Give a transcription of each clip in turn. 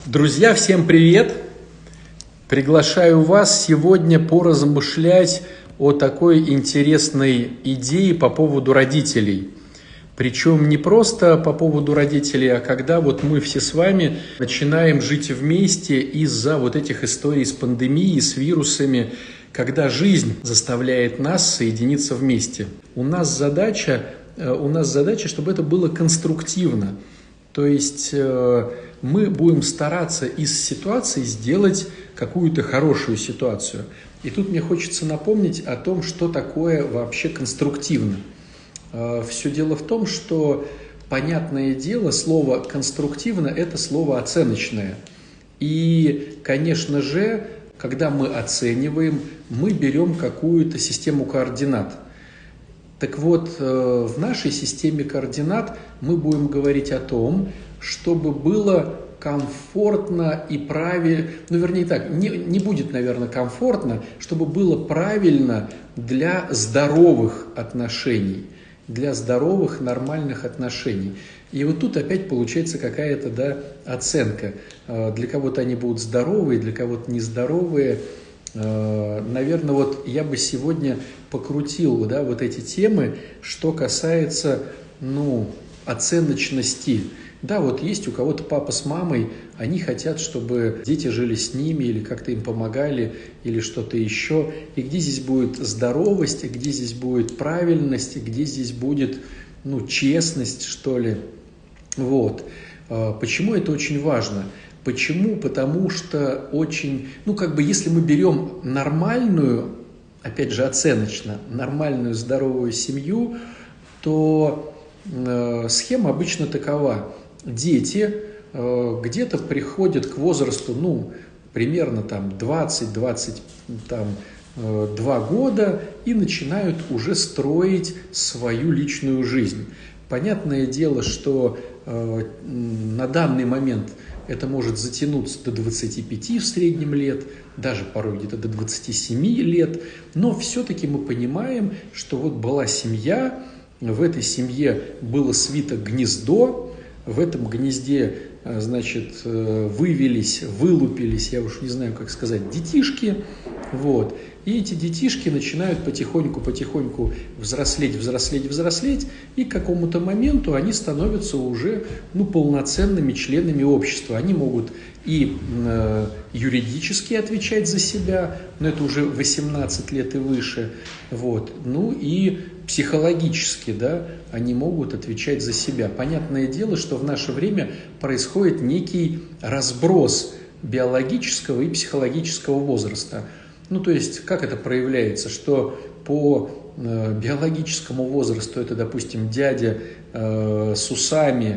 Друзья, всем привет! Приглашаю вас сегодня поразмышлять о такой интересной идее по поводу родителей. Причем не просто по поводу родителей, а когда вот мы все с вами начинаем жить вместе из-за вот этих историй с пандемией, с вирусами, когда жизнь заставляет нас соединиться вместе. У нас задача, чтобы это было конструктивно. То есть мы будем стараться из ситуации сделать какую-то хорошую ситуацию. И тут мне хочется напомнить о том, что такое вообще конструктивно. Все дело в том, что, понятное дело, слово «конструктивно» – это слово оценочное. И, конечно же, когда мы оцениваем, мы берем какую-то систему координат. Так вот, в нашей системе координат мы будем говорить о том, чтобы было комфортно и правильно, не будет, наверное, комфортно, чтобы было правильно для здоровых отношений, для здоровых, нормальных отношений. И вот тут опять получается какая-то, оценка. Для кого-то они будут здоровые, для кого-то нездоровые. Наверное, вот я бы сегодня покрутил, вот эти темы, что касается, оценочности. Да, вот есть у кого-то папа с мамой, они хотят, чтобы дети жили с ними или как-то им помогали, или что-то еще. И где здесь будет здоровость, где здесь будет правильность, где здесь будет, честность, что ли. Вот. Почему это очень важно? Почему? Потому что очень, если мы берем нормальную, опять же оценочно, нормальную здоровую семью, то схема обычно такова. Дети где-то приходят к возрасту, примерно 20-22 года и начинают уже строить свою личную жизнь. Понятное дело, что на данный момент это может затянуться до 25 в среднем лет, даже порой где-то до 27 лет, но все-таки мы понимаем, что вот была семья, в этой семье было свито гнездо, в этом гнезде, вылупились, я уж не знаю, как сказать, детишки, вот. И эти детишки начинают потихоньку взрослеть, и к какому-то моменту они становятся уже, полноценными членами общества. Они могут и юридически отвечать за себя, но это уже 18 лет и выше, вот. И психологически, они могут отвечать за себя. Понятное дело, что в наше время происходит некий разброс биологического и психологического возраста. То есть, как это проявляется, что по биологическому возрасту это, допустим, дядя с усами,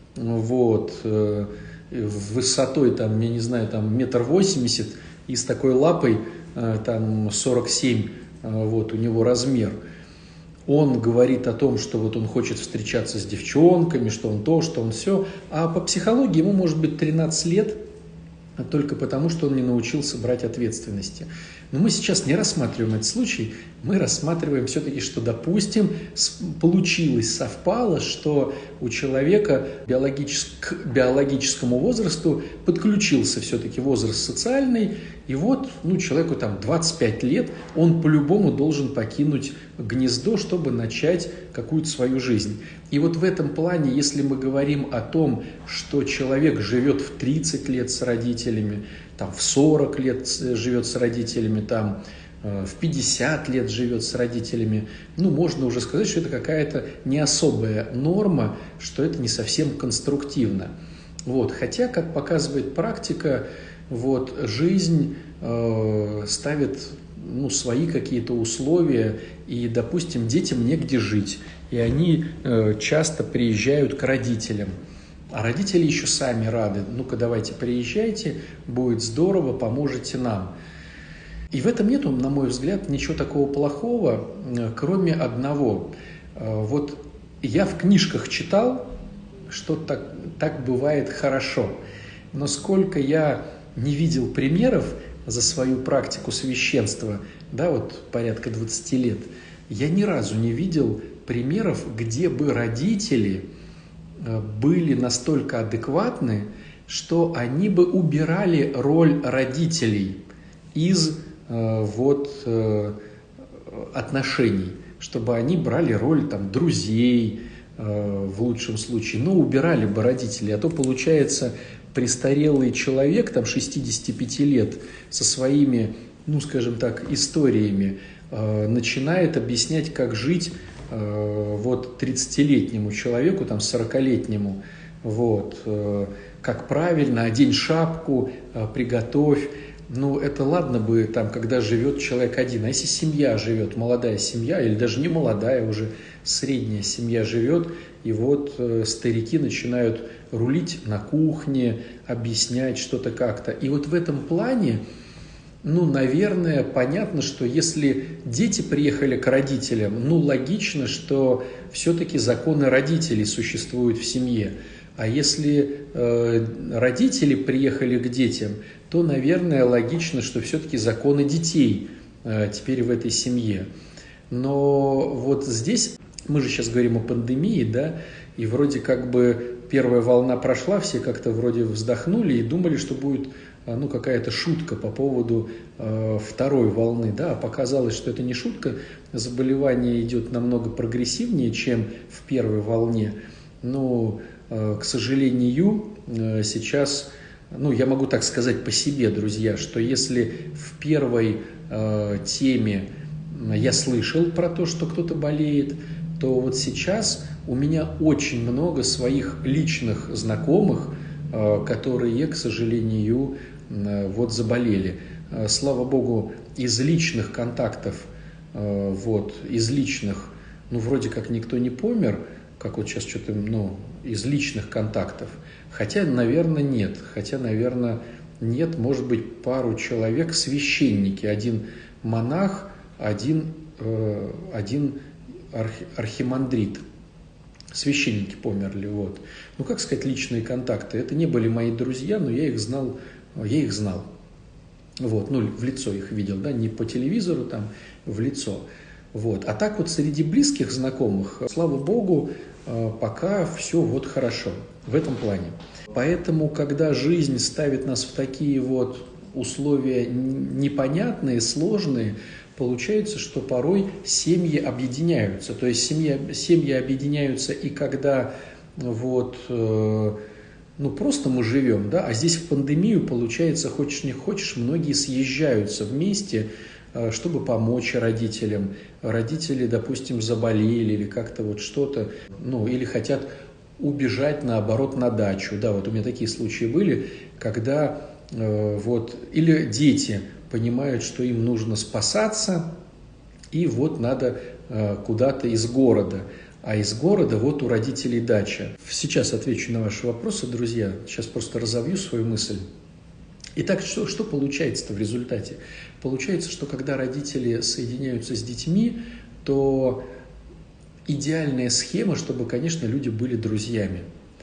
высотой, 1,80 м и с такой лапой, 47, у него размер. Он говорит о том, что он хочет встречаться с девчонками, что он то, что он все, а по психологии ему может быть 13 лет, только потому, что он не научился брать ответственности. Но мы сейчас не рассматриваем этот случай, мы рассматриваем все-таки, что, допустим, совпало, что у человека к биологическому возрасту подключился все-таки возраст социальный, и человеку 25 лет, он по-любому должен покинуть гнездо, чтобы начать какую-то свою жизнь. И вот в этом плане, если мы говорим о том, что человек живет в 30 лет с родителями, в 40 лет живет с родителями, в 50 лет живет с родителями, можно уже сказать, что это какая-то не особая норма, что это не совсем конструктивно. Хотя, как показывает практика, жизнь ставит свои какие-то условия, и, допустим, детям негде жить, и они часто приезжают к родителям. А родители еще сами рады. Давайте приезжайте, будет здорово, поможете нам. И в этом нету, на мой взгляд, ничего такого плохого, кроме одного. Я в книжках читал, что так бывает хорошо. Но сколько я не видел примеров за свою практику священства, порядка 20 лет, я ни разу не видел примеров, где бы родители были настолько адекватны, что они бы убирали роль родителей из отношений, чтобы они брали роль там друзей, в лучшем случае, но убирали бы родителей, а то получается престарелый человек, там 65 лет, со своими, ну скажем так, историями, начинает объяснять, как жить 30-летнему человеку, там 40-летнему, как правильно, одень шапку, приготовь. Ну, это ладно бы, там, когда живет человек один. А если семья живет, молодая семья, или даже не молодая, уже средняя семья живет, и старики начинают рулить на кухне, объяснять что-то как-то. И в этом плане, наверное, понятно, что если дети приехали к родителям, логично, что все-таки законы родителей существуют в семье. А если родители приехали к детям, то, наверное, логично, что все-таки законы детей теперь в этой семье. Но здесь, мы же сейчас говорим о пандемии, да, и вроде как бы первая волна прошла, все как-то вроде вздохнули и думали, что будет какая-то шутка по поводу второй волны, да, а показалось, что это не шутка, заболевание идет намного прогрессивнее, чем в первой волне, но, к сожалению, сейчас, я могу так сказать по себе, друзья, что если в первой теме я слышал про то, что кто-то болеет, то сейчас у меня очень много своих личных знакомых, которые, к сожалению, заболели. Слава богу, из личных контактов, из личных, вроде как никто не помер, как сейчас что-то, из личных контактов. Хотя, наверное, нет. Может быть, пару человек, священники. Один монах, один архимандрит. Священники померли. Как сказать, личные контакты. Это не были мои друзья, но я их знал. В лицо их видел, да, не по телевизору, там, в лицо. А так среди близких знакомых, слава богу, пока все хорошо в этом плане. Поэтому, когда жизнь ставит нас в такие условия непонятные, сложные, получается, что порой семьи объединяются. То есть семьи объединяются и когда просто мы живем, да, а здесь в пандемию, получается, хочешь не хочешь, многие съезжаются вместе, чтобы помочь родителям. Родители, допустим, заболели или как-то что-то, или хотят убежать, наоборот, на дачу. Да, у меня такие случаи были, когда или дети понимают, что им нужно спасаться, и надо куда-то из города. А из города у родителей дача. Сейчас отвечу на ваши вопросы, друзья. Сейчас просто разовью свою мысль. Итак, что получается-то в результате? Получается, что когда родители соединяются с детьми, то идеальная схема, чтобы, конечно, люди были друзьями.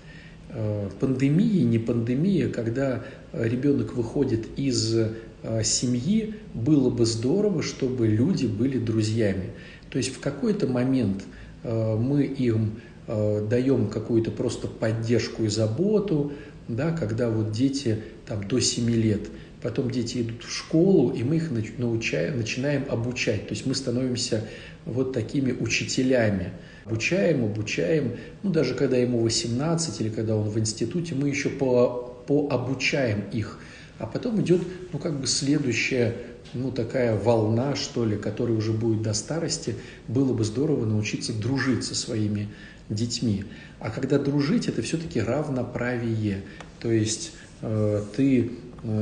Пандемия, не пандемия, когда ребенок выходит из семьи, было бы здорово, чтобы люди были друзьями. То есть в какой-то момент мы им даем какую-то просто поддержку и заботу, да, когда дети там, до 7 лет, потом дети идут в школу, и мы их начинаем обучать. То есть мы становимся такими учителями. Обучаем, даже когда ему 18 или когда он в институте, мы еще пообучаем их. А потом идет, следующая, такая волна, что ли, которая уже будет до старости. Было бы здорово научиться дружить со своими детьми. А когда дружить, это все-таки равноправие. То есть ты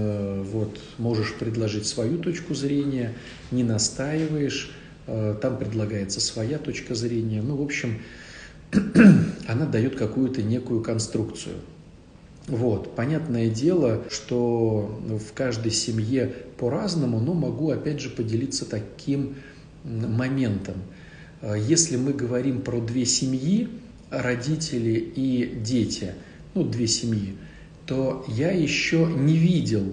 можешь предложить свою точку зрения, не настаиваешь, там предлагается своя точка зрения. В общем, она дает какую-то некую конструкцию. Понятное дело, что в каждой семье по-разному, но могу опять же поделиться таким моментом. Если мы говорим про две семьи, родители и дети, две семьи, то я еще не видел,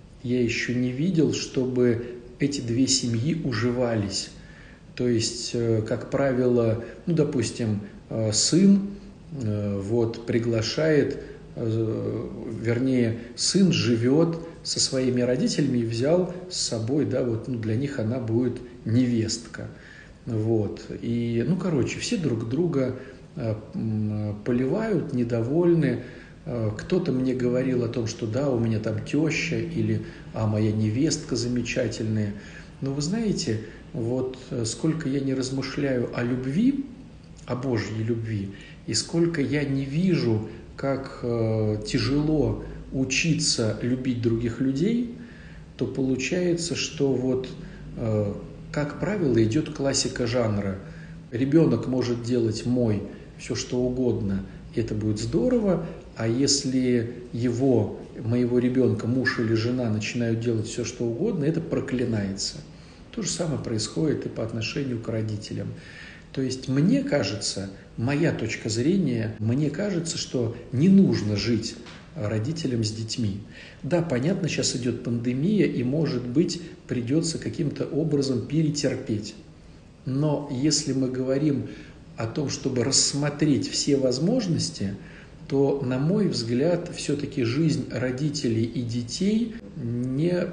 чтобы эти две семьи уживались. То есть, как правило, допустим, сын приглашает вернее, сын живет со своими родителями и взял с собой, да, вот, ну, для них она будет невестка. Вот. И, ну, короче, все друг друга поливают, недовольны. Кто-то мне говорил о том, что да, у меня там теща, или моя невестка замечательная. Но вы знаете, вот сколько я не размышляю о любви, о Божьей любви, и сколько я не вижу, как тяжело учиться любить других людей, то получается, что вот, как правило, идет классика жанра. Ребенок может делать все что угодно, это будет здорово, а если моего ребенка, муж или жена начинают делать все что угодно, это проклинается. То же самое происходит и по отношению к родителям. То есть мне кажется, моя точка зрения, мне кажется, что не нужно жить родителям с детьми. Да, понятно, сейчас идет пандемия, и, может быть, придется каким-то образом перетерпеть. Но если мы говорим о том, чтобы рассмотреть все возможности, то, на мой взгляд, все-таки жизнь родителей и детей не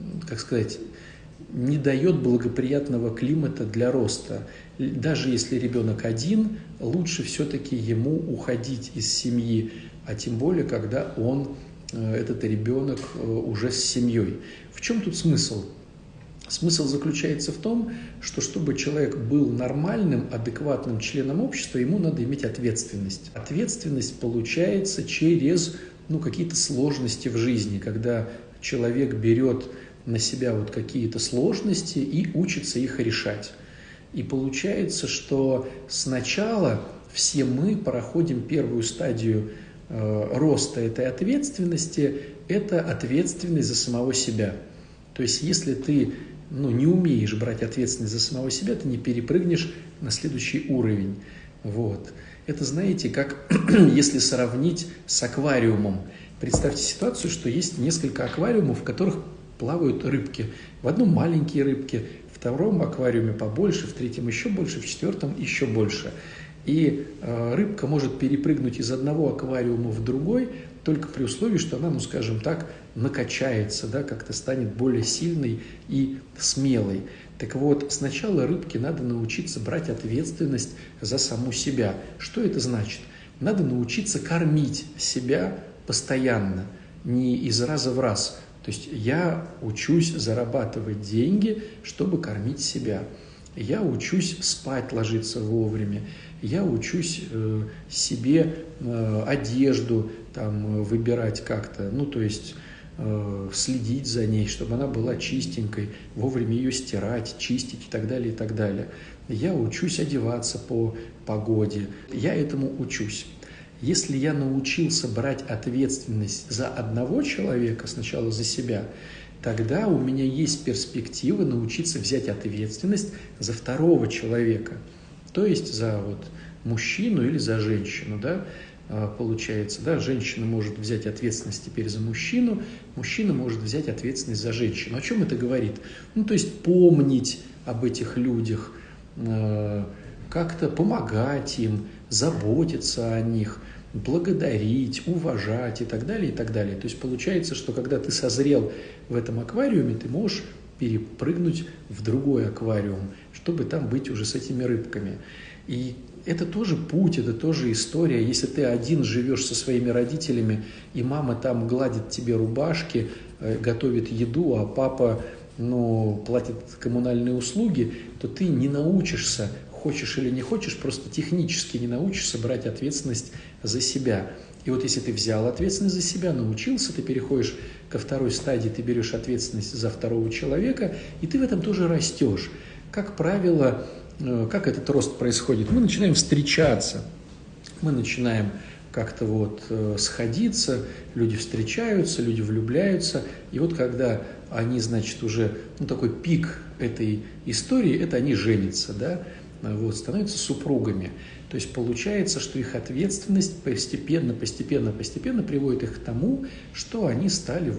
дает благоприятного климата для роста. Даже если ребенок один, лучше все-таки ему уходить из семьи, а тем более, когда этот ребенок уже с семьей. В чем тут смысл? Смысл заключается в том, что чтобы человек был нормальным, адекватным членом общества, ему надо иметь ответственность. Ответственность получается через какие-то сложности в жизни, когда человек берет на себя вот какие-то сложности и учится их решать. И получается, что сначала все мы проходим первую стадию роста этой ответственности, это ответственность за самого себя. То есть если ты не умеешь брать ответственность за самого себя, ты не перепрыгнешь на следующий уровень. Вот. Это, знаете, как если сравнить с аквариумом. Представьте ситуацию, что есть несколько аквариумов, в которых плавают рыбки. В одном маленькие рыбки, в втором аквариуме побольше, в третьем еще больше, в четвертом еще больше. И рыбка может перепрыгнуть из одного аквариума в другой только при условии, что она, скажем так, накачается, да, как-то станет более сильной и смелой. Так вот, сначала рыбке надо научиться брать ответственность за саму себя. Что это значит? Надо научиться кормить себя постоянно, не из раза в раз. То есть я учусь зарабатывать деньги, чтобы кормить себя. Я учусь спать, ложиться вовремя. Я учусь себе одежду выбирать как-то, то есть следить за ней, чтобы она была чистенькой, вовремя ее стирать, чистить и так далее, и так далее. Я учусь одеваться по погоде. Я этому учусь. Если я научился брать ответственность за одного человека, сначала за себя, тогда у меня есть перспектива научиться взять ответственность за второго человека, то есть за мужчину или за женщину, да, получается, да, женщина может взять ответственность теперь за мужчину, мужчина может взять ответственность за женщину. О чем это говорит? То есть помнить об этих людях, как-то помогать им, заботиться о них, благодарить, уважать и так далее, и так далее. То есть получается, что когда ты созрел в этом аквариуме, ты можешь перепрыгнуть в другой аквариум, чтобы там быть уже с этими рыбками. И это тоже путь, это тоже история. Если ты один живешь со своими родителями, и мама там гладит тебе рубашки, готовит еду, а папа платит коммунальные услуги, то ты не научишься, хочешь или не хочешь, просто технически не научишься брать ответственность за себя. И вот если ты взял ответственность за себя, научился, ты переходишь ко второй стадии, ты берешь ответственность за второго человека, и ты в этом тоже растешь. Как правило, как этот рост происходит? Мы начинаем встречаться, мы начинаем как-то сходиться, люди встречаются, люди влюбляются, и когда они, уже, такой пик этой истории, это они женятся, да, становятся супругами. То есть получается, что их ответственность постепенно приводит их к тому, что они стали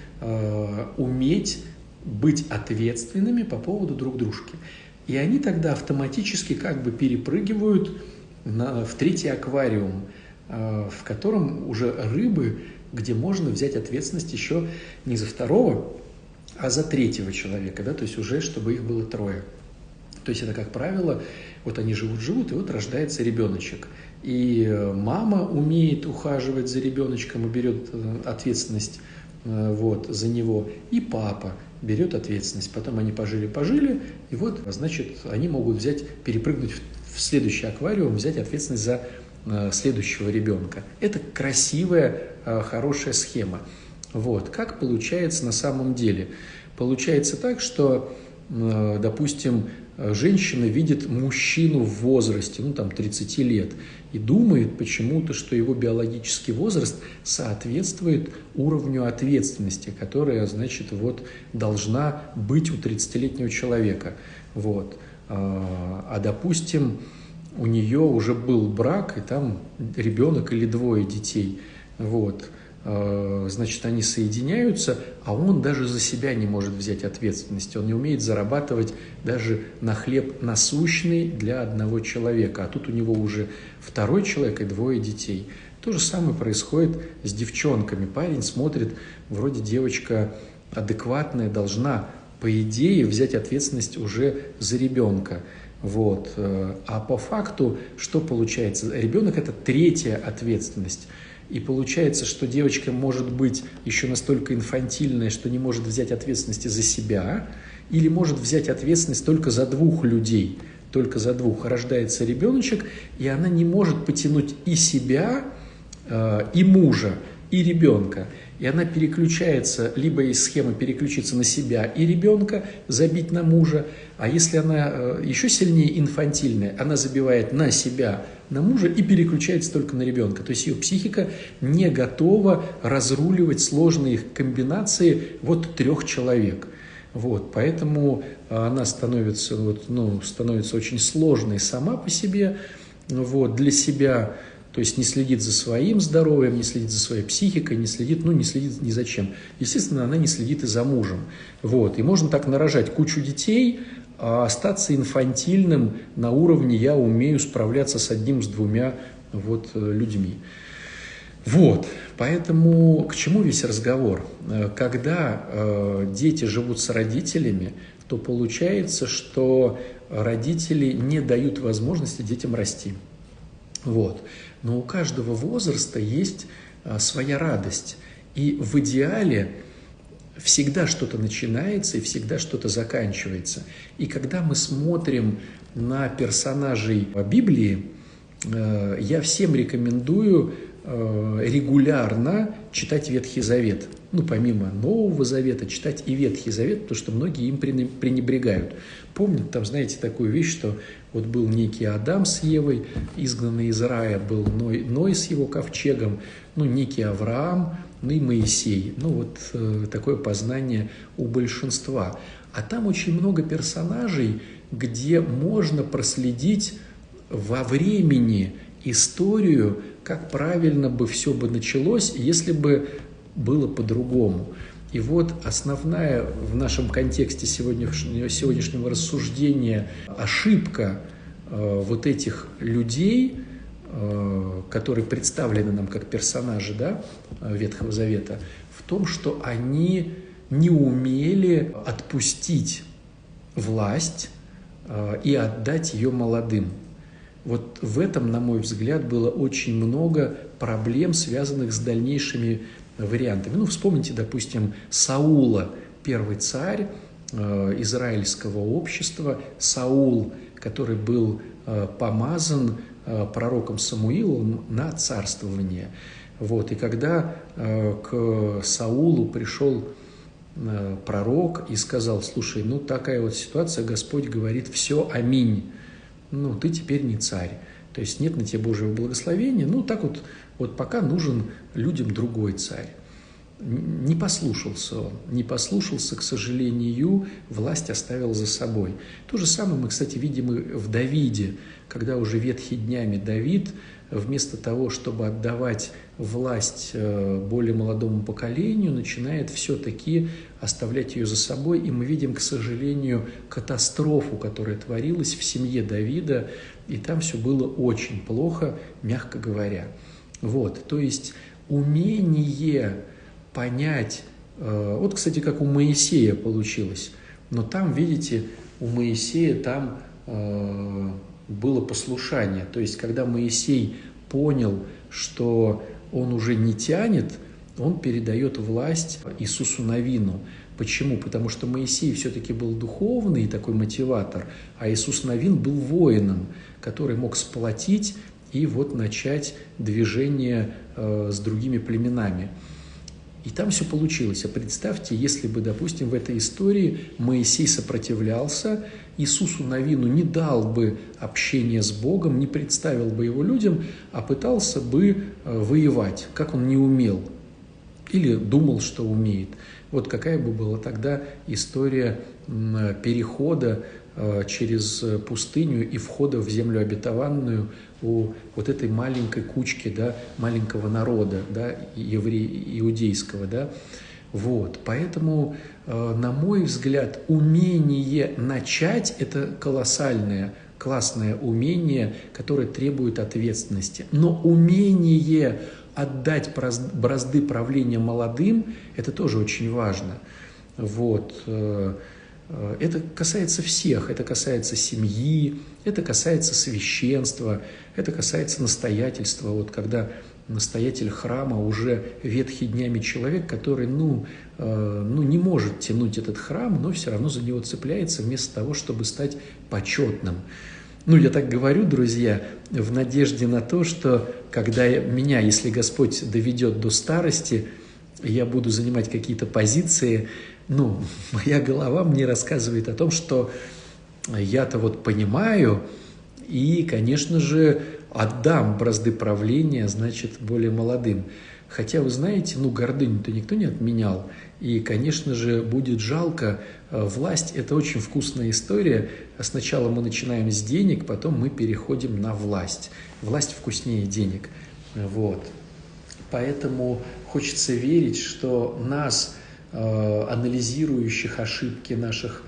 уметь быть ответственными по поводу друг дружки. И они тогда автоматически перепрыгивают в третий аквариум. в котором уже рыбы, где можно взять ответственность еще не за второго, а за третьего человека, да, то есть уже чтобы их было трое. То есть это, как правило, вот они живут, и вот рождается ребеночек. И мама умеет ухаживать за ребеночком и берет ответственность вот, за него, и папа берет ответственность. Потом они пожили, и вот, значит, они могут перепрыгнуть в следующий аквариум, взять ответственность за следующего ребенка. Это красивая, хорошая схема. Вот. Как получается на самом деле? Получается так, что, допустим, женщина видит мужчину в возрасте, 30 лет, и думает почему-то, что его биологический возраст соответствует уровню ответственности, которая, значит, вот должна быть у 30-летнего человека. Вот. Допустим, у нее уже был брак, и там ребенок или двое детей. Вот. Значит, они соединяются, а он даже за себя не может взять ответственность. Он не умеет зарабатывать даже на хлеб насущный для одного человека. А тут у него уже второй человек и двое детей. То же самое происходит с девчонками. Парень смотрит, вроде девочка адекватная, должна, по идее, взять ответственность уже за ребенка. Вот. А по факту что получается? Ребенок – это третья ответственность. И получается, что девочка может быть еще настолько инфантильная, что не может взять ответственности за себя, или может взять ответственность только за двух людей, только за двух. Рождается ребеночек, и она не может потянуть и себя, и мужа, и ребенка. И она переключается, либо из схемы переключиться на себя и ребенка, забить на мужа, а если она еще сильнее инфантильная, она забивает на себя, на мужа и переключается только на ребенка. То есть ее психика не готова разруливать сложные комбинации вот трех человек. Вот, поэтому она становится очень сложной сама по себе, вот, для себя. То есть не следит за своим здоровьем, не следит за своей психикой, не следит ни за чем. Естественно, она не следит и за мужем. Вот. И можно так нарожать кучу детей, а остаться инфантильным на уровне «я умею справляться с одним, с двумя людьми». Вот. Поэтому к чему весь разговор? Когда дети живут с родителями, то получается, что родители не дают возможности детям расти. Вот. Но у каждого возраста есть своя радость. И в идеале всегда что-то начинается и всегда что-то заканчивается. И когда мы смотрим на персонажей Библии, я всем рекомендую регулярно читать Ветхий Завет. Помимо Нового Завета, читать и Ветхий Завет, потому что многие им пренебрегают. Помнят, там, знаете, такую вещь, что вот был некий Адам с Евой, изгнанный из рая, был Ной с его ковчегом, некий Авраам, и Моисей. Такое познание у большинства. А там очень много персонажей, где можно проследить во времени историю, как правильно бы все бы началось, если бы было по-другому. И вот основная в нашем контексте сегодняшнего рассуждения ошибка вот этих людей, которые представлены нам как персонажи, да, Ветхого Завета, в том, что они не умели отпустить власть и отдать ее молодым. Вот в этом, на мой взгляд, было очень много проблем, связанных с дальнейшими вариантами. Вспомните, допустим, Саула, первый царь израильского общества, Саул, который был помазан пророком Самуилом на царствование. Вот. И когда к Саулу пришел пророк и сказал: слушай, такая вот ситуация, Господь говорит, все, аминь, ты теперь не царь. То есть нет на тебе Божьего благословения, так вот пока нужен людям другой царь. Не послушался он, к сожалению, власть оставил за собой. То же самое мы, кстати, видим и в Давиде, когда уже ветхи днями Давид, вместо того, чтобы отдавать власть более молодому поколению, начинает все-таки оставлять ее за собой. И мы видим, к сожалению, катастрофу, которая творилась в семье Давида, и там все было очень плохо, мягко говоря. Вот, то есть умение понять, вот, кстати, как у Моисея получилось, но там, видите, у Моисея там было послушание, то есть когда Моисей понял, что он уже не тянет, он передает власть Иисусу Навину. Почему? Потому что Моисей все-таки был духовный такой мотиватор, а Иисус Навин был воином, который мог сплотить и вот начать движение с другими племенами. И там все получилось. А представьте, если бы, допустим, в этой истории Моисей сопротивлялся, Иисусу Навину не дал бы общения с Богом, не представил бы его людям, а пытался бы воевать, как он не умел. Или думал, что умеет. Вот какая бы была тогда история перехода через пустыню и входа в землю обетованную у вот этой маленькой кучки, да, маленького народа, да, иудейского. Да. Вот. Поэтому, на мой взгляд, умение начать – это колоссальное, классное умение, которое требует ответственности. Но умение отдать бразды правления молодым – это тоже очень важно. Вот. Это касается всех, это касается семьи, это касается священства, это касается настоятельства. Вот когда настоятель храма уже ветхий днями человек, который не может тянуть этот храм, но все равно за него цепляется вместо того, чтобы стать почетным. Я так говорю, друзья, в надежде на то, что когда меня, если Господь доведет до старости, я буду занимать какие-то позиции, моя голова мне рассказывает о том, что я-то вот понимаю и, конечно же, отдам бразды правления, значит, более молодым. Хотя, вы знаете, гордыню-то никто не отменял. И, конечно же, будет жалко. Власть – это очень вкусная история. Сначала мы начинаем с денег, потом мы переходим на власть. Власть вкуснее денег. Вот. Поэтому хочется верить, что нас, анализирующих ошибки наших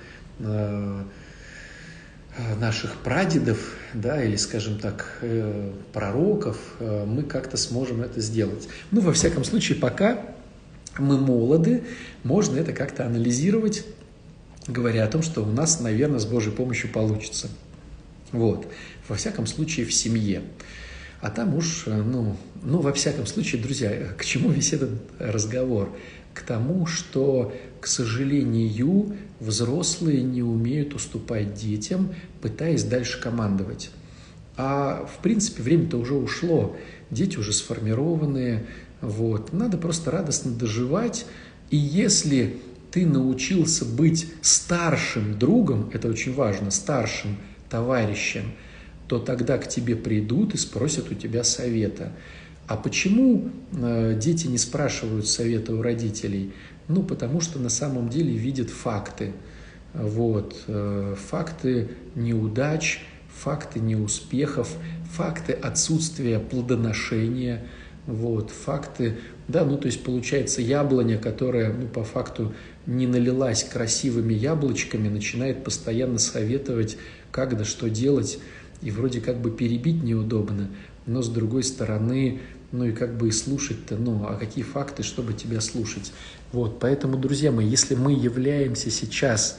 прадедов, да, или, скажем так, пророков, мы как-то сможем это сделать. Во всяком случае, пока мы молоды, можно это как-то анализировать, говоря о том, что у нас, наверное, с Божьей помощью получится. Вот. Во всяком случае, в семье. А там уж, во всяком случае, друзья, к чему весь этот разговор? К тому, что, к сожалению, взрослые не умеют уступать детям, пытаясь дальше командовать. А, в принципе, время-то уже ушло, дети уже сформированные, вот. Надо просто радостно доживать, и если ты научился быть старшим другом, это очень важно, старшим товарищем, то тогда к тебе придут и спросят у тебя совета. А почему дети не спрашивают совета у родителей? Потому что на самом деле видят факты. Вот. Факты неудач, факты неуспехов, факты отсутствия плодоношения, вот. Факты, да, то есть получается яблоня, которая, по факту не налилась красивыми яблочками, начинает постоянно советовать, как да что делать, и вроде как бы перебить неудобно, но с другой стороны, и слушать-то, а какие факты, чтобы тебя слушать. Вот, поэтому, друзья мои, если мы являемся сейчас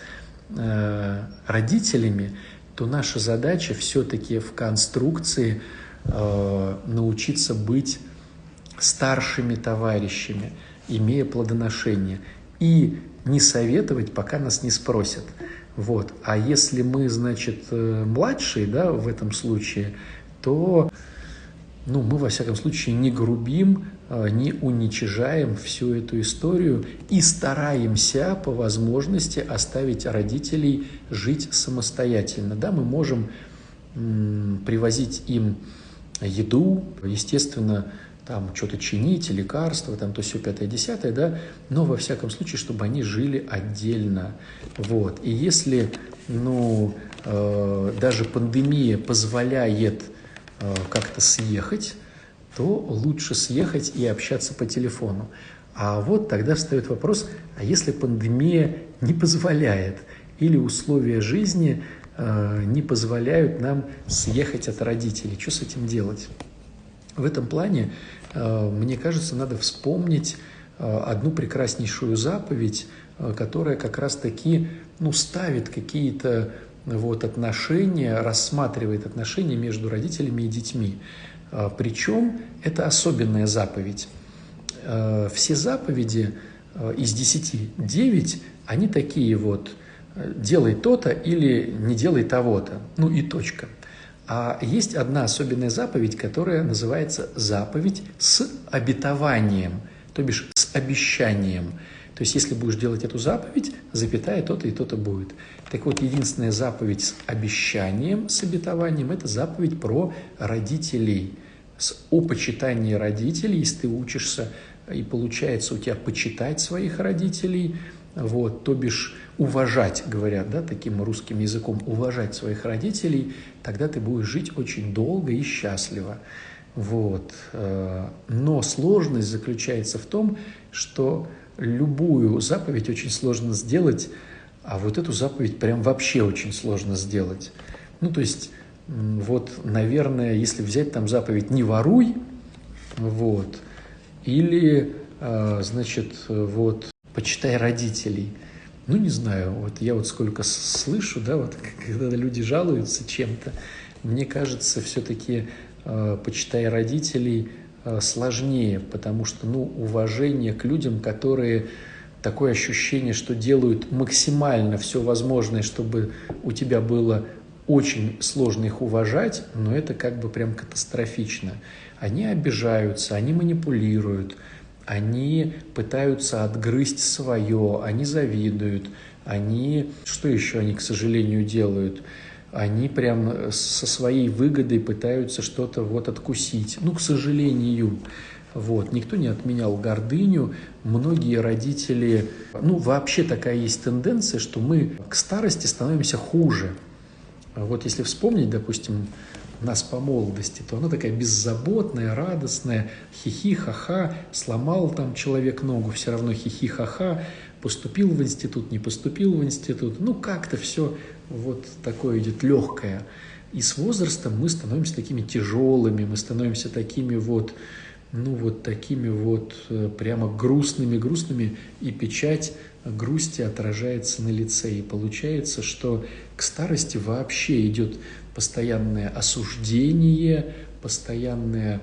родителями, то наша задача все-таки в конструкции научиться быть старшими товарищами, имея плодоношение, и не советовать, пока нас не спросят. Вот. А если мы, значит, младшие, да, в этом случае, то мы, во всяком случае, не грубим, не уничижаем всю эту историю и стараемся по возможности оставить родителей жить самостоятельно. Да, мы можем привозить им еду, естественно, там что-то чинить, лекарства, там то все 5-10, да, но во всяком случае, чтобы они жили отдельно. Вот. И если, даже пандемия позволяет как-то съехать, то лучше съехать и общаться по телефону. А вот тогда встает вопрос, а если пандемия не позволяет или условия жизни не позволяют нам съехать от родителей, что с этим делать? В этом плане, мне кажется, надо вспомнить одну прекраснейшую заповедь, которая как раз-таки ставит какие-то отношения, рассматривает отношения между родителями и детьми. Причем это особенная заповедь. Все заповеди из 10, 9, они такие делай то-то или не делай того-то, и точка. А есть одна особенная заповедь, которая называется заповедь с обетованием, то бишь с обещанием. То есть, если будешь делать эту заповедь, запятая, то-то и то-то будет. Так вот, единственная заповедь с обещанием, с обетованием – это заповедь про родителей, о почитании родителей. Если ты учишься, и получается у тебя почитать своих родителей, то бишь уважать, говорят, таким русским языком, уважать своих родителей, тогда ты будешь жить очень долго и счастливо. Но сложность заключается в том, что любую заповедь очень сложно сделать, а эту заповедь прям вообще очень сложно сделать. То есть, наверное, если взять там заповедь «не воруй», или, почитай родителей. Не знаю, я сколько слышу, когда люди жалуются чем-то, мне кажется, все-таки почитай родителей сложнее, потому что, уважение к людям, которые такое ощущение, что делают максимально все возможное, чтобы у тебя было очень сложно их уважать, но это прям катастрофично. Они обижаются, они манипулируют, они пытаются отгрызть свое, они завидуют, что еще они, к сожалению, делают? Они прям со своей выгодой пытаются что-то откусить. К сожалению. Никто не отменял гордыню. Многие родители... вообще такая есть тенденция, что мы к старости становимся хуже. Если вспомнить, допустим, нас по молодости, то она такая беззаботная, радостная, хихи-ха-ха, сломал там человек ногу, все равно хихи-ха-ха, поступил в институт, не поступил в институт, как-то все такое идет легкое. И с возрастом мы становимся такими тяжелыми, мы становимся такими такими прямо грустными, и печать грусти отражается на лице. И получается, что к старости вообще идет постоянное осуждение, постоянное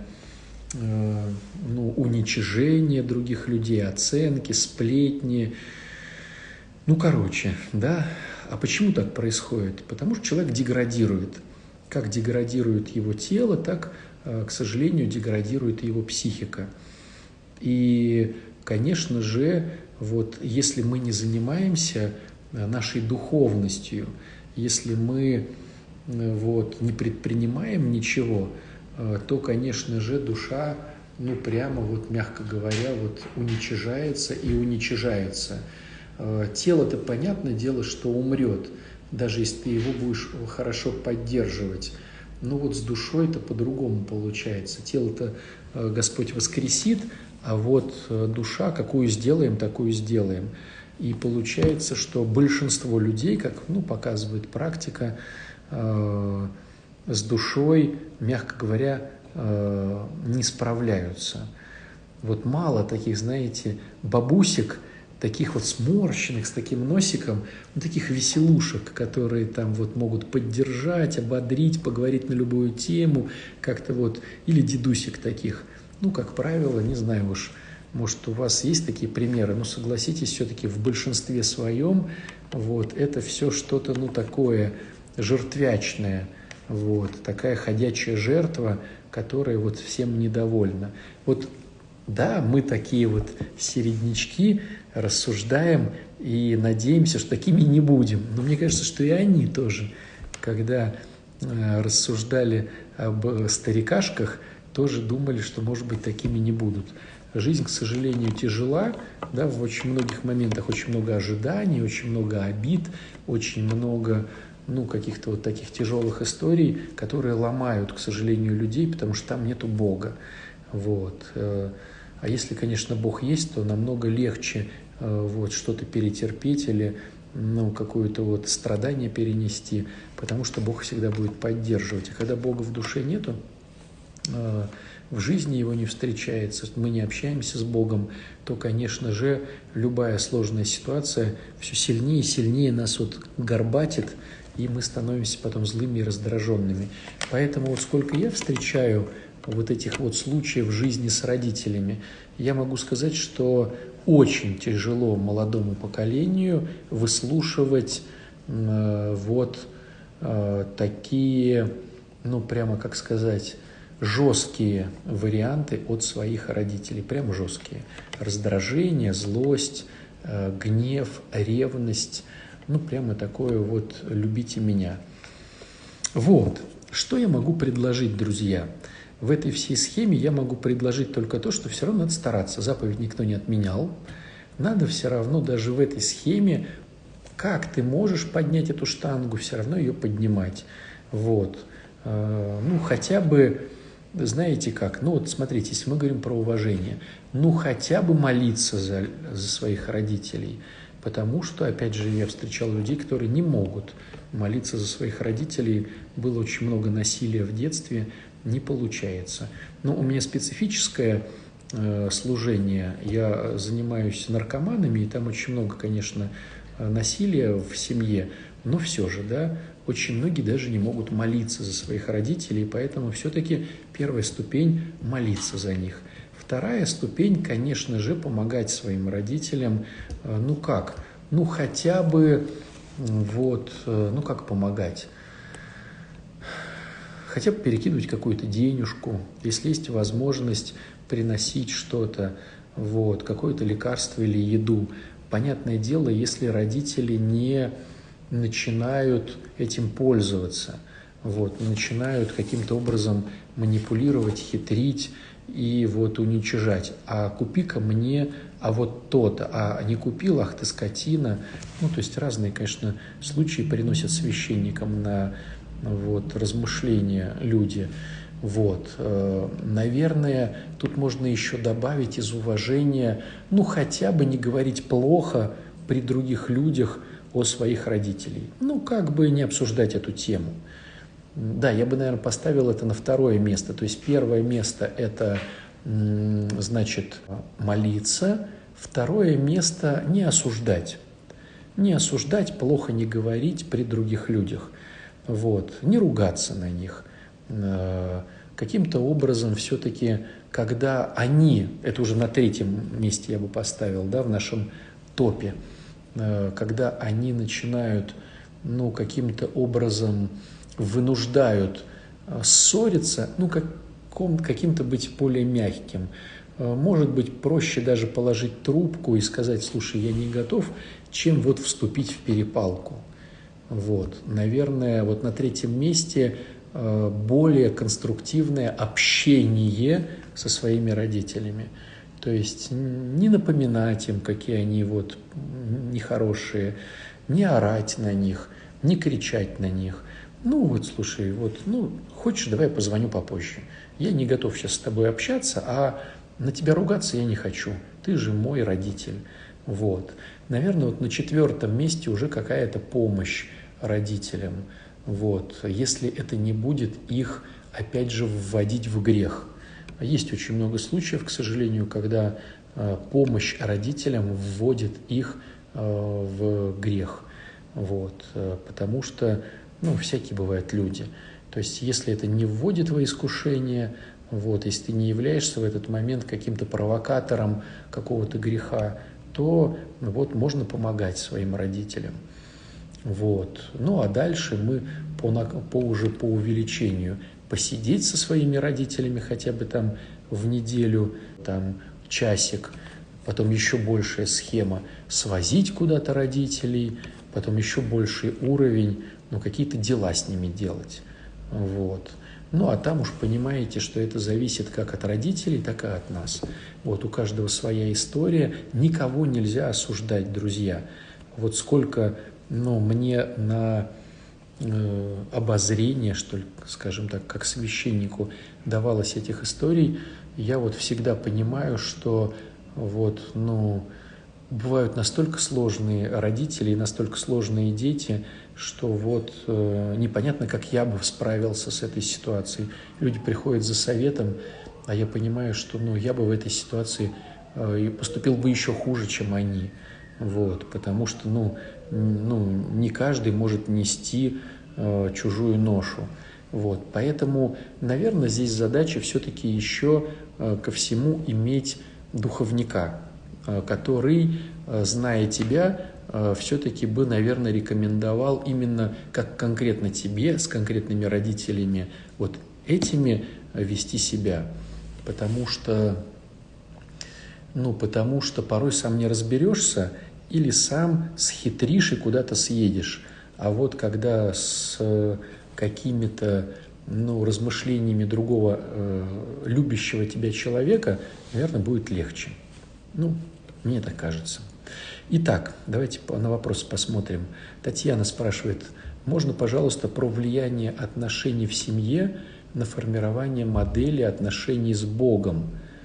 уничижение других людей, оценки, сплетни. А почему так происходит? Потому что человек деградирует. Как деградирует его тело, так, к сожалению, деградирует его психика. И, конечно же, если мы не занимаемся нашей духовностью, если мы не предпринимаем ничего, то, конечно же, душа, прямо мягко говоря, уничижается и уничижается. Тело-то, понятное дело, что умрет, даже если ты его будешь хорошо поддерживать. С душой-то по-другому получается. Тело-то Господь воскресит, а душа, какую сделаем, такую сделаем. И получается, что большинство людей, как показывает практика, с душой, мягко говоря, не справляются. Мало таких, знаете, бабусек, таких сморщенных, с таким носиком, таких веселушек, которые там могут поддержать, ободрить, поговорить на любую тему, как-то или дедусек таких. Как правило, не знаю уж, может, у вас есть такие примеры, но согласитесь, все-таки в большинстве своем это все что-то, такое жертвячное, такая ходячая жертва, которая всем недовольна. Да, мы такие середнячки, рассуждаем и надеемся, что такими не будем. Но мне кажется, что и они тоже, когда рассуждали об старикашках, тоже думали, что, может быть, такими не будут. Жизнь, к сожалению, тяжела, в очень многих моментах очень много ожиданий, очень много обид, очень много каких-то таких тяжелых историй, которые ломают, к сожалению, людей, потому что там нету Бога. А если, конечно, Бог есть, то намного легче что-то перетерпеть или какое-то страдание перенести, потому что Бог всегда будет поддерживать. А когда Бога в душе нету, в жизни его не встречается, мы не общаемся с Богом, то, конечно же, любая сложная ситуация все сильнее и сильнее нас вот горбатит, и мы становимся потом злыми и раздраженными. Поэтому вот сколько я встречаю вот этих вот случаев в жизни с родителями, я могу сказать, что очень тяжело молодому поколению выслушивать такие, прямо как сказать, жесткие варианты от своих родителей, прямо жесткие. Раздражение, злость, гнев, ревность, прямо такое вот «любите меня». Вот, что я могу предложить, друзья? В этой всей схеме я могу предложить только то, что все равно надо стараться. Заповедь никто не отменял. Надо все равно даже в этой схеме, как ты можешь поднять эту штангу, все равно ее поднимать. Вот. Хотя бы, знаете как, смотрите, если мы говорим про уважение, хотя бы молиться за своих родителей. Потому что, опять же, я встречал людей, которые не могут молиться за своих родителей. Было очень много насилия в детстве, не получается. Но у меня специфическое служение. Я занимаюсь наркоманами, и там очень много, конечно, насилия в семье. Но все же, да, очень многие даже не могут молиться за своих родителей, поэтому все-таки первая ступень – молиться за них. Вторая ступень, конечно же, помогать своим родителям, хотя бы, как помогать? Хотя бы перекидывать какую-то денежку, если есть возможность приносить что-то, какое-то лекарство или еду. Понятное дело, если родители не начинают этим пользоваться, начинают каким-то образом манипулировать, хитрить и уничижать. А купи-ка мне, то-то, а не купил, ах ты скотина. То есть разные, конечно, случаи приносят священникам на размышления люди. Наверное, тут можно еще добавить из уважения, хотя бы не говорить плохо при других людях о своих родителей. Не обсуждать эту тему. Да, я бы, наверное, поставил это на второе место. То есть первое место – это, молиться. Второе место – не осуждать. Не осуждать, плохо не говорить при других людях. Не ругаться на них. Каким-то образом все-таки, когда они, это уже на третьем месте я бы поставил, да, в нашем топе, когда они начинают, каким-то образом вынуждают ссориться, каким-то быть более мягким. Может быть, проще даже положить трубку и сказать: слушай, я не готов, чем вступить в перепалку. Наверное, на третьем месте более конструктивное общение со своими родителями. То есть не напоминать им, какие они нехорошие, не орать на них, не кричать на них. Слушай, хочешь, давай я позвоню попозже. Я не готов сейчас с тобой общаться, а на тебя ругаться я не хочу. Ты же мой родитель. Наверное, на четвертом месте уже какая-то помощь родителям. Если это не будет их, опять же, вводить в грех. Есть очень много случаев, к сожалению, когда помощь родителям вводит их в грех. Потому что, всякие бывают люди. То есть, если это не вводит во искушение, если ты не являешься в этот момент каким-то провокатором какого-то греха, то можно помогать своим родителям. А дальше мы уже по увеличению посидеть со своими родителями хотя бы там в неделю, часик, потом еще большая схема свозить куда-то родителей, потом еще больший уровень, какие-то дела с ними делать. А там уж понимаете, что это зависит как от родителей, так и от нас. У каждого своя история, никого нельзя осуждать, друзья. Сколько, мне на обозрение, что ли, скажем так, как священнику давалось этих историй, я всегда понимаю, что бывают настолько сложные родители и настолько сложные дети, что непонятно, как я бы справился с этой ситуацией. Люди приходят за советом, а я понимаю, что я бы в этой ситуации поступил бы еще хуже, чем они. Вот, потому что не каждый может нести чужую ношу. Вот, поэтому, наверное, здесь задача все-таки еще ко всему иметь духовника, который, зная тебя, все-таки бы, наверное, рекомендовал именно как конкретно тебе, с конкретными родителями, вот этими вести себя. Потому что порой сам не разберешься или сам схитришь и куда-то съедешь. А вот когда с какими-то размышлениями другого любящего тебя человека, наверное, будет легче. Мне так кажется. Итак, давайте на вопрос посмотрим. Татьяна спрашивает, можно, пожалуйста, про влияние отношений в семье на формирование модели отношений с Богом?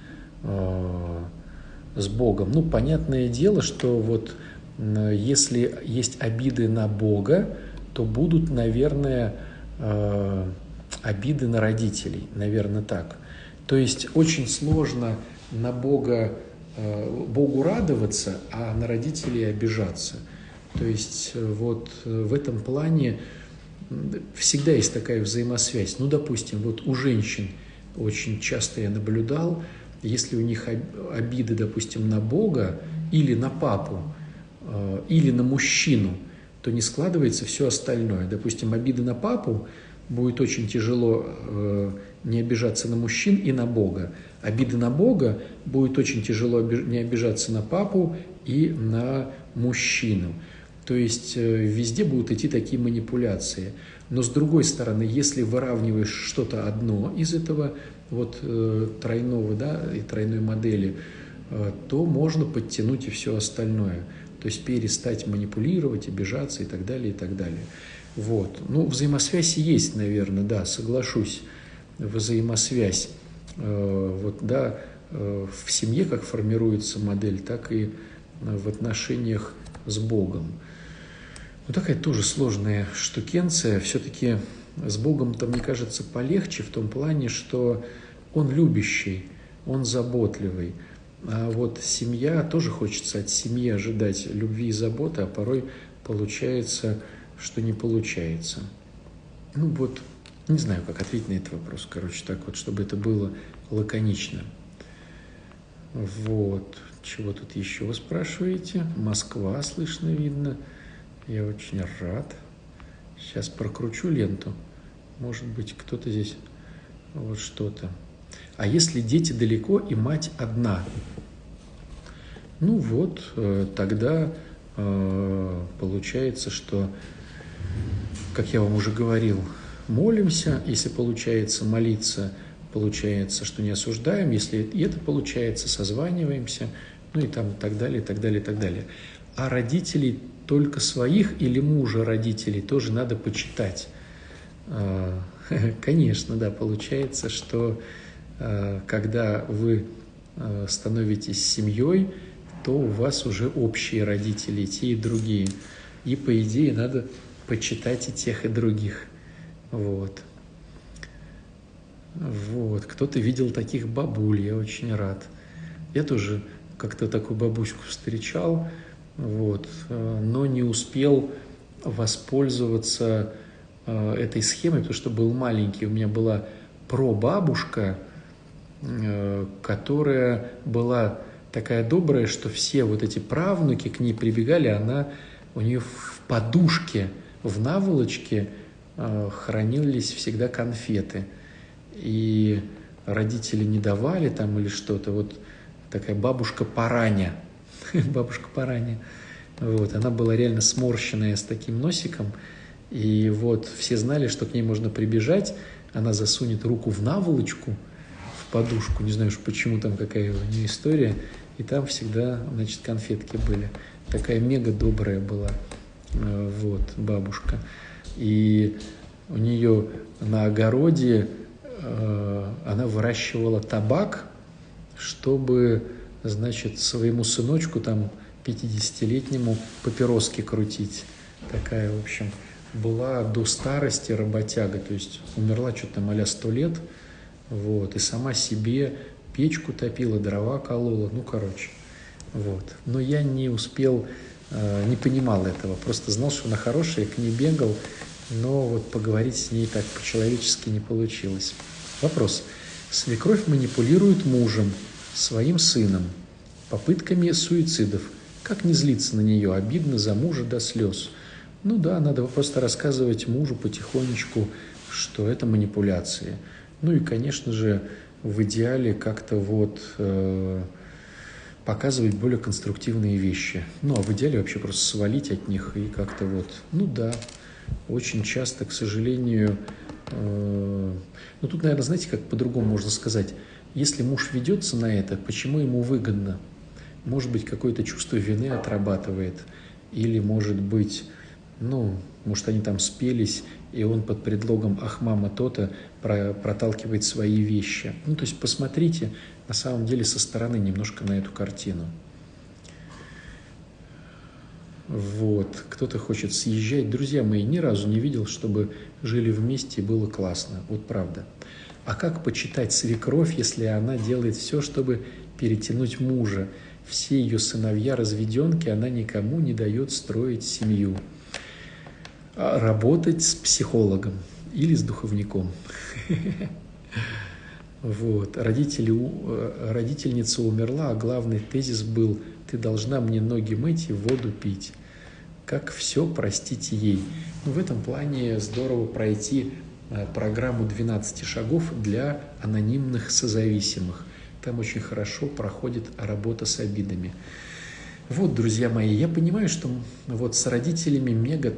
Понятное дело, что вот если есть обиды на Бога, то будут, наверное, обиды на родителей, наверное, так. То есть очень сложно на Богу радоваться, а на родителей обижаться. То есть вот в этом плане всегда есть такая взаимосвязь. Допустим, вот у женщин очень часто я наблюдал, если у них обиды, допустим, на Бога или на папу, или на мужчину, то не складывается все остальное. Допустим, обиды на папу, будет очень тяжело не обижаться на мужчин и на Бога. Обиды на Бога, будет очень тяжело не обижаться на папу и на мужчину. То есть везде будут идти такие манипуляции. Но с другой стороны, если выравниваешь что-то одно из этого тройного, и тройной модели, то можно подтянуть и все остальное. То есть перестать манипулировать, обижаться и так далее, и так далее. Вот. Взаимосвязь есть, наверное, да, соглашусь. Взаимосвязь. В семье как формируется модель, так и в отношениях с Богом. Такая тоже сложная штукенция. Все-таки с Богом-то, мне кажется, полегче в том плане, что Он любящий, Он заботливый. А вот семья, тоже хочется от семьи ожидать любви и заботы, а порой получается, что не получается. Не знаю, как ответить на этот вопрос. Чтобы это было лаконично. Чего тут еще вы спрашиваете? Москва, слышно, видно. Я очень рад. Сейчас прокручу ленту. Может быть, кто-то здесь что-то. А если дети далеко и мать одна? Тогда получается, что, как я вам уже говорил, молимся. Если получается молиться, получается, что не осуждаем. Если это получается, созваниваемся. И так далее, и так далее, и так далее. А родителей только своих или мужа родителей тоже надо почитать. Конечно, да, получается, что когда вы становитесь семьей, то у вас уже общие родители, и те, и другие. И, по идее, надо почитать и тех, и других. Кто-то видел таких бабуль, я очень рад. Я тоже как-то такую бабушку встречал, но не успел воспользоваться этой схемой, потому что был маленький. У меня была прабабушка, которая была такая добрая, что все эти правнуки к ней прибегали, у нее в подушке, в наволочке хранились всегда конфеты. И родители не давали или что-то. Такая бабушка-параня. Бабушка-параня. Она была реально сморщенная, с таким носиком. И все знали, что к ней можно прибежать. Она засунет руку в наволочку, в подушку. Не знаю уж почему, там какая у нее история. И там всегда, конфетки были. Такая мега добрая была бабушка. И у нее на огороде она выращивала табак, чтобы, своему сыночку, 50-летнему, папироски крутить. Такая, в общем, была до старости работяга, то есть умерла что-то а-ля 100 лет, вот, и сама себе печку топила, дрова колола, ну, короче, вот. Но я не успел, не понимал этого, просто знал, что она хорошая, к ней бегал, но вот поговорить с ней так по-человечески не получилось. Вопрос. Свекровь манипулирует мужем, своим сыном, попытками суицидов. Как не злиться на нее? Обидно за мужа до слез. Ну да, надо просто рассказывать мужу потихонечку, что это манипуляции. Ну и, конечно же, в идеале как-то вот показывать более конструктивные вещи. Ну, а в идеале вообще просто свалить от них и как-то вот, ну да, очень часто, к сожалению, ну тут, наверное, знаете, как по-другому можно сказать, если муж ведется на это, почему ему выгодно? Может быть, какое-то чувство вины отрабатывает, или, может быть, ну, может, они там спелись, и он под предлогом «ах, мама, то-то» проталкивает свои вещи. Ну, то есть посмотрите, на самом деле, со стороны немножко на эту картину. Вот, кто-то хочет съезжать. Друзья мои, ни разу не видел, чтобы жили вместе и было классно. Вот правда. А как почитать свекровь, если она делает все, чтобы перетянуть мужа? Все ее сыновья разведенки, она никому не дает строить семью. А работать с психологом или с духовником. Вот. Родительница умерла, а главный тезис был: «Ты должна мне ноги мыть и воду пить». Как все простить ей? Ну, в этом плане здорово пройти программу 12 шагов для анонимных созависимых. Там очень хорошо проходит работа с обидами. Вот, друзья мои, я понимаю, что вот с родителями мега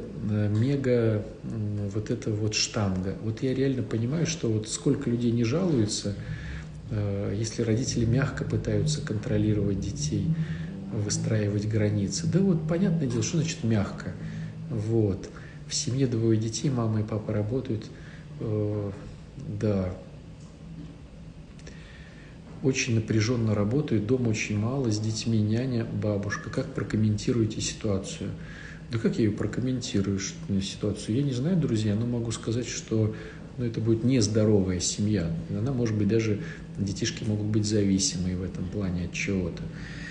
вот эта вот штанга. Вот я реально понимаю, что вот сколько людей не жалуются, если родители мягко пытаются контролировать детей, выстраивать границы. Да вот понятное дело, что значит мягко. Вот. В семье 2 детей, мама и папа работают, да, очень напряженно работают, дома очень мало, с детьми няня, бабушка. Как прокомментируете ситуацию? Да как я ее прокомментирую, ситуацию? Я не знаю, друзья, но могу сказать, что это будет нездоровая семья. Она, может быть, даже детишки могут быть зависимые в этом плане от чего-то.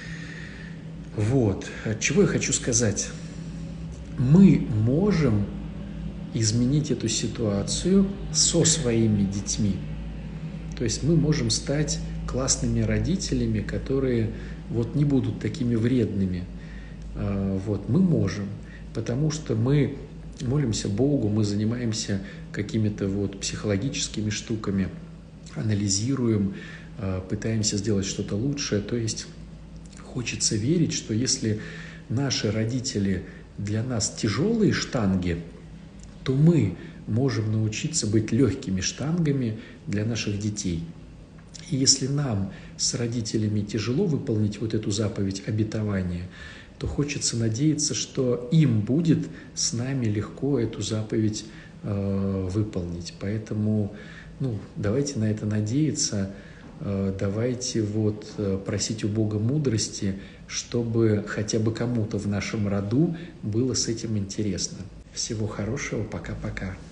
Вот. Чего я хочу сказать? Мы можем изменить эту ситуацию со своими детьми. То есть мы можем стать классными родителями, которые вот не будут такими вредными. Вот, мы можем, потому что мы молимся Богу, мы занимаемся какими-то вот психологическими штуками, анализируем, пытаемся сделать что-то лучшее. То есть хочется верить, что если наши родители для нас тяжелые штанги, то мы можем научиться быть легкими штангами для наших детей. И если нам с родителями тяжело выполнить вот эту заповедь обетования, то хочется надеяться, что им будет с нами легко эту заповедь выполнить. Поэтому давайте на это надеяться, давайте вот просить у Бога мудрости, чтобы хотя бы кому-то в нашем роду было с этим интересно. Всего хорошего, пока-пока.